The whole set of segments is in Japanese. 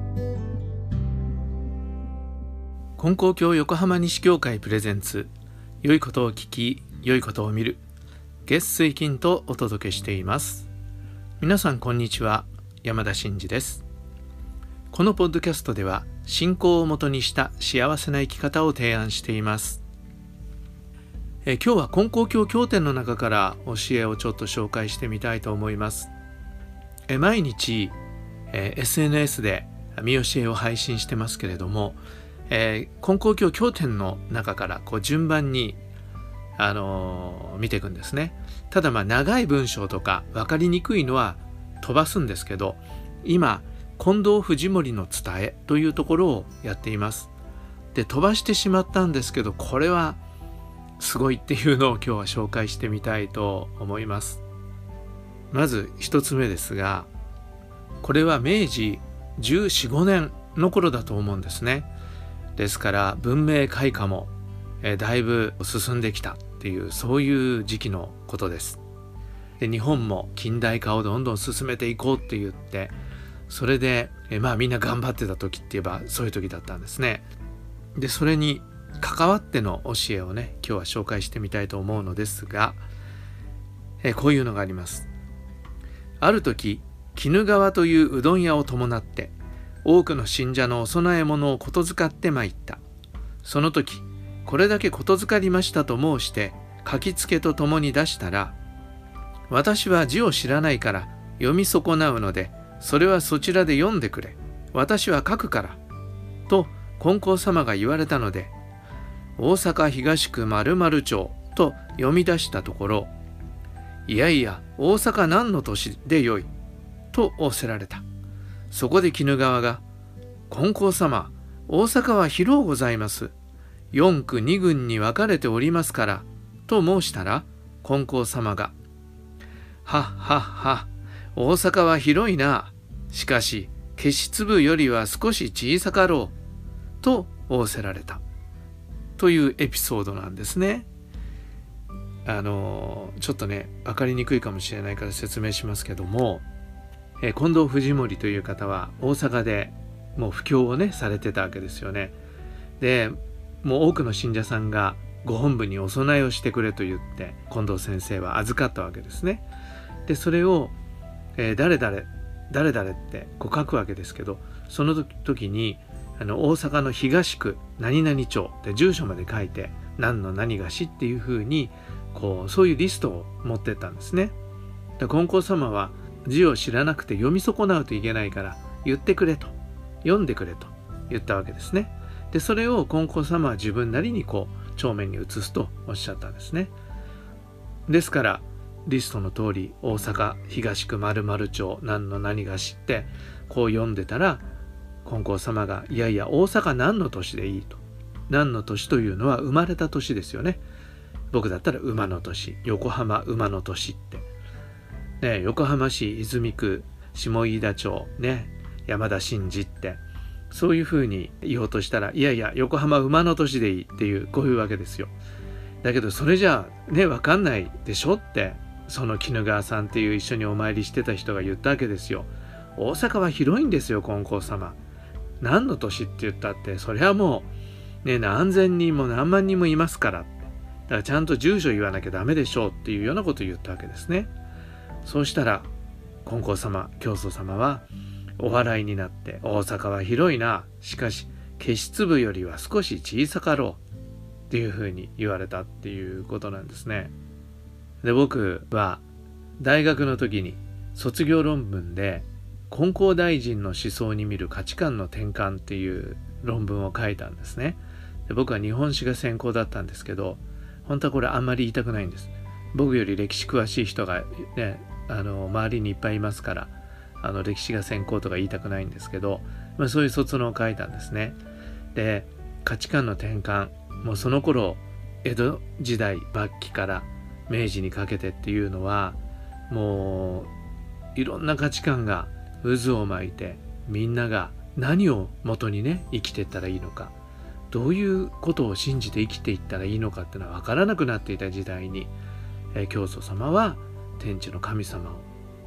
金光教横浜西教会プレゼンツ、良いことを聞き良いことを見る、月水金とお届けしています。皆さんこんにちは、山田真嗣です。このポッドキャストでは信仰をもとにした幸せな生き方を提案しています。今日は金光教経典の中から教えをちょっと紹介してみたいと思います。毎日、SNS で見教えを配信してますけれども、金光教経典の中から順番に、見ていくんですね。ただ長い文章とか分かりにくいのは飛ばすんですけど、今近藤藤森の伝えというところをやっています。で、飛ばしてしまったんですけど、これはすごいっていうのを今日は紹介してみたいと思います。まず一つ目ですが、これは明治14、15年の頃だと思うんですね。ですから文明開化もだいぶ進んできたっていう、そういう時期のことです。で、日本も近代化をどんどん進めていこうって言って、それでみんな頑張ってた時って言えばそういう時だったんですね。で、それに関わっての教えをね、今日は紹介してみたいと思うのですが、こういうのがあります。ある時、鬼怒川といううどん屋を伴って多くの信者のお供え物をことづかって参った。その時、これだけことづかりましたと申して書きつけとともに出したら、私は字を知らないから読み損なうので、それはそちらで読んでくれ、私は書くからと金光様が言われたので、大阪東区〇〇町と読み出したところ、いやいや大阪何の年でよいと仰せられた。そこで鬼怒川が、金光様、大阪は広うございます。4区2郡に分かれておりますから、と申したら、金光様が、はっはっは、大阪は広いな。しかし、消し粒よりは少し小さかろう。と仰せられた。というエピソードなんですね。ちょっとね、分かりにくいかもしれないから説明しますけども、近藤藤森という方は大阪でもう布教をねされてたわけですよね。で、もう多くの信者さんがご本部にお供えをしてくれと言って近藤先生は預かったわけですね。で、それを、誰々って書くわけですけど、その時に大阪の東区何々町で住所まで書いて、何の何がしっていうふうにそういうリストを持ってったんですね。で、金光様は字を知らなくて読み損なうといけないから言ってくれと、読んでくれと言ったわけですね。で、それを金光様は自分なりに帳面に移すとおっしゃったんですね。ですからリストの通り、大阪東区〇〇町何の何がしって読んでたら、金光様が、いやいや大阪何の年でいいと。何の年というのは生まれた年ですよね。僕だったら馬の年、横浜馬の年って横浜市泉区下飯田町ね、山田真嗣ってそういうふうに言おうとしたら、いやいや横浜馬の年でいいっていう、こういうわけですよ。だけどそれじゃあね、分かんないでしょって、その鬼怒川さんっていう一緒にお参りしてた人が言ったわけですよ。大阪は広いんですよ、金光様。何の年って言ったって、それはもうね、何千人も何万人もいますからって、だからちゃんと住所言わなきゃダメでしょうっていうようなことを言ったわけですね。そうしたら金光様、教祖様はお笑いになって、大阪は広いな、しかし消し粒よりは少し小さかろうっていうふうに言われたっていうことなんですね。で、僕は大学の時に卒業論文で金光大臣の思想に見る価値観の転換っていう論文を書いたんですね。で、僕は日本史が専攻だったんですけど、本当はこれあんまり言いたくないんです。僕より歴史詳しい人がね、周りにいっぱいいますから、歴史が専攻とか言いたくないんですけど、そういう卒論を書いたんですね。で、価値観の転換、もうその頃江戸時代末期から明治にかけてっていうのは、もういろんな価値観が渦を巻いて、みんなが何を元にね生きていったらいいのか、どういうことを信じて生きていったらいいのかっていうのは分からなくなっていた時代に、教祖様は天地の神様を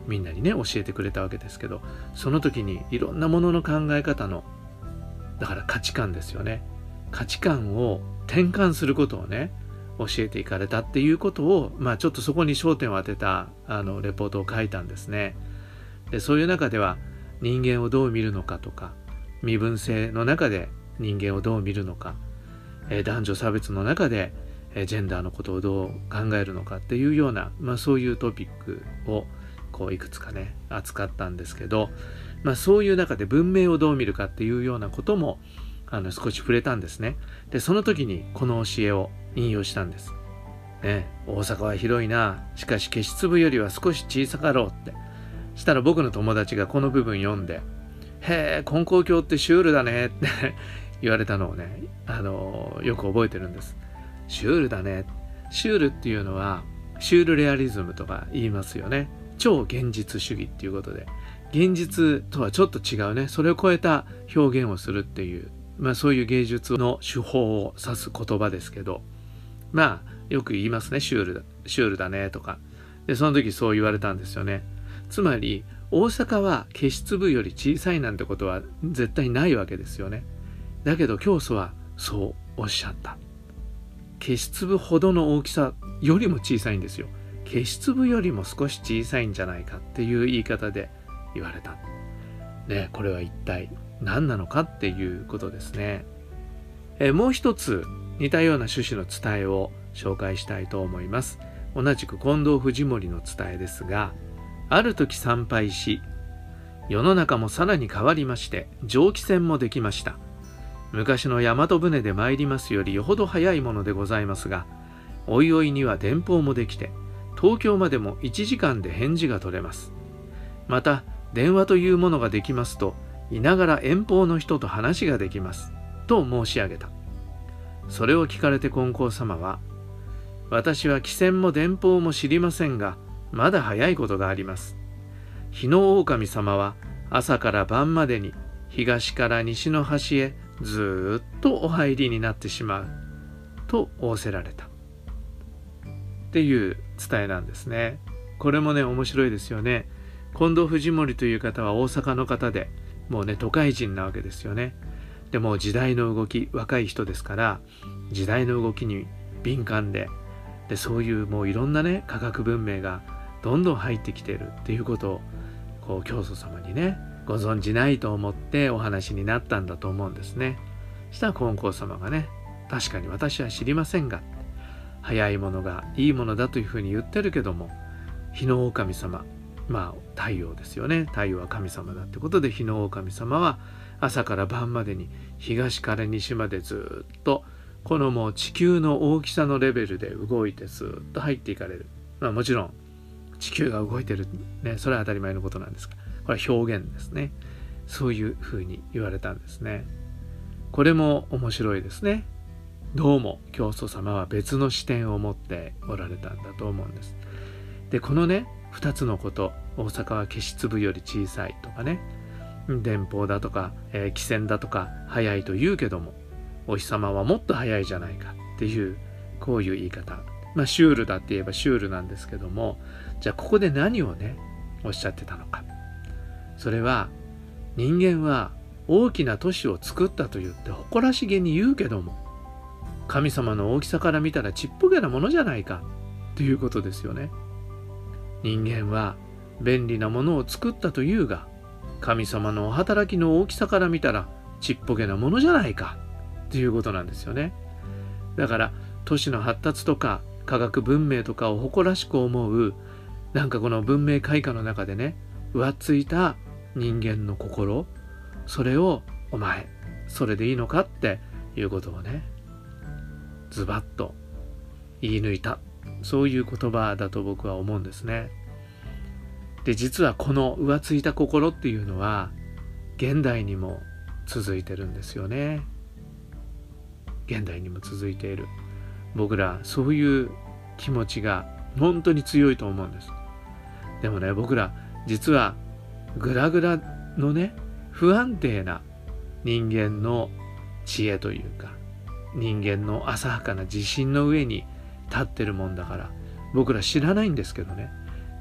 みんなにね教えてくれたわけですけど、その時にいろんなものの考え方の、だから価値観ですよね、価値観を転換することをね教えていかれたっていうことを、ちょっとそこに焦点を当てたレポートを書いたんですね。でそういう中では人間をどう見るのかとか、身分制の中で人間をどう見るのか、男女差別の中でジェンダーのことをどう考えるのかっていうような、そういうトピックをいくつかね扱ったんですけど、そういう中で文明をどう見るかっていうようなことも少し触れたんですね。でその時にこの教えを引用したんです、大阪は広いな、しかし消し粒よりは少し小さかろうって。したら僕の友達がこの部分読んで、へえ金光教ってシュールだねって言われたのをねよく覚えてるんです。シュールだね。シュールっていうのはシュールレアリズムとか言いますよね。超現実主義っていうことで、現実とはちょっと違うね、それを超えた表現をするっていう、そういう芸術の手法を指す言葉ですけど、よく言いますね、シュールだねとか。でその時そう言われたんですよね。つまり大阪は消し粒より小さいなんてことは絶対ないわけですよね。だけど教祖はそうおっしゃった。消し粒ほどの大きさよりも小さいんですよ。消し粒よりも少し小さいんじゃないかっていう言い方で言われた。ね、これは一体何なのかっていうことですね。もう一つ似たような趣旨の伝えを紹介したいと思います。同じく近藤藤森の伝えですが、ある時参拝し、世の中もさらに変わりまして、蒸気船もできました。昔の大和船で参りますよりよほど早いものでございますが、おいおいには電報もできて、東京までも1時間で返事が取れます。また、電話というものができますと、いながら遠方の人と話ができます。と申し上げた。それを聞かれて金光様は、私は汽船も電報も知りませんが、まだ早いことがあります。日の狼様は朝から晩までに東から西の端へずっとお入りになってしまう。と仰せられた。っていう伝えなんですね。これもね面白いですよね。近藤藤森という方は大阪の方で、もうね都会人なわけですよね。でも時代の動き、若い人ですから時代の動きに敏感で、そういうもういろんなね科学文明がどんどん入ってきているっていうことを教祖様にねご存じないと思ってお話になったんだと思うんですね。したら金光様がね、確かに私は知りませんが、早いものがいいものだというふうに言ってるけども、日の狼様、太陽ですよね。太陽は神様だってことで、日の狼様は朝から晩までに東から西までずっとこのもう地球の大きさのレベルで動いてスーッと入っていかれる。もちろん地球が動いてるね、それは当たり前のことなんですが、これは表現ですね。そういうふうに言われたんですね。これも面白いですね。どうも教祖様は別の視点を持っておられたんだと思うんです。でこのね2つのこと、大阪は消し粒より小さいとかね、電報だとか、汽船だとか早いと言うけども、お日様はもっと早いじゃないかっていう、こういう言い方。シュールだって言えばシュールなんですけども、じゃあここで何をねおっしゃってたのか。それは人間は大きな都市を作ったと言って誇らしげに言うけども、神様の大きさから見たらちっぽけなものじゃないかということですよね。人間は便利なものを作ったというが、神様の働きの大きさから見たらちっぽけなものじゃないかということなんですよね。だから都市の発達とか科学文明とかを誇らしく思う、なんかこの文明開化の中でね浮ついた人間の心、それをお前それでいいのかっていうことをねズバッと言い抜いた、そういう言葉だと僕は思うんですね。で実はこの浮ついた心っていうのは現代にも続いてるんですよね。現代にも続いている。僕らそういう気持ちが本当に強いと思うんです。でもね、僕ら実はグラグラのね不安定な人間の知恵というか、人間の浅はかな自信の上に立ってるもんだから、僕ら知らないんですけどね。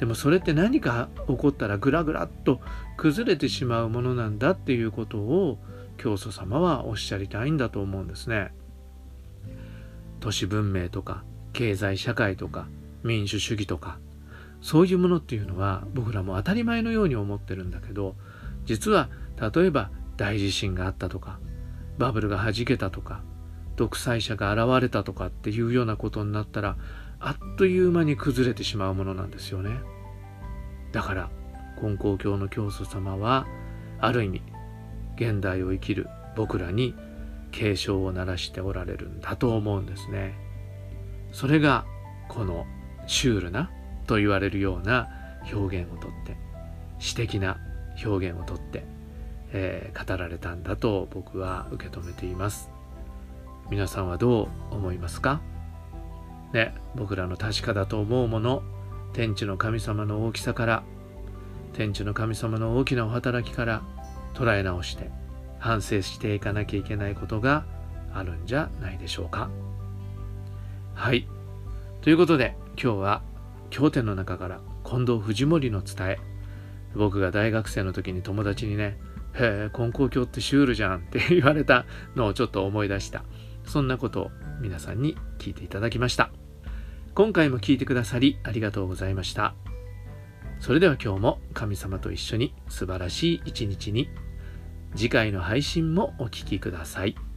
でもそれって何か起こったらぐらぐらっと崩れてしまうものなんだっていうことを教祖様はおっしゃりたいんだと思うんですね。都市文明とか経済社会とか民主主義とか、そういうものっていうのは僕らも当たり前のように思ってるんだけど、実は例えば大地震があったとか、バブルがはじけたとか、独裁者が現れたとかっていうようなことになったら、あっという間に崩れてしまうものなんですよね。だから金光教の教祖様はある意味現代を生きる僕らに警鐘を鳴らしておられるんだと思うんですね。それがこのシュールなと言われるような表現をとって、詩的な表現をとって、語られたんだと僕は受け止めています。皆さんはどう思いますかね。僕らの確かだと思うもの、天地の神様の大きさから、天地の神様の大きなお働きから捉え直して反省していかなきゃいけないことがあるんじゃないでしょうか。はい、ということで今日は経典の中から近藤藤森の伝え、僕が大学生の時に友達にね、へえ金光教ってシュールじゃんって言われたのをちょっと思い出した、そんなことを皆さんに聞いていただきました。今回も聞いてくださりありがとうございました。それでは今日も神様と一緒に素晴らしい一日に。次回の配信もお聞きください。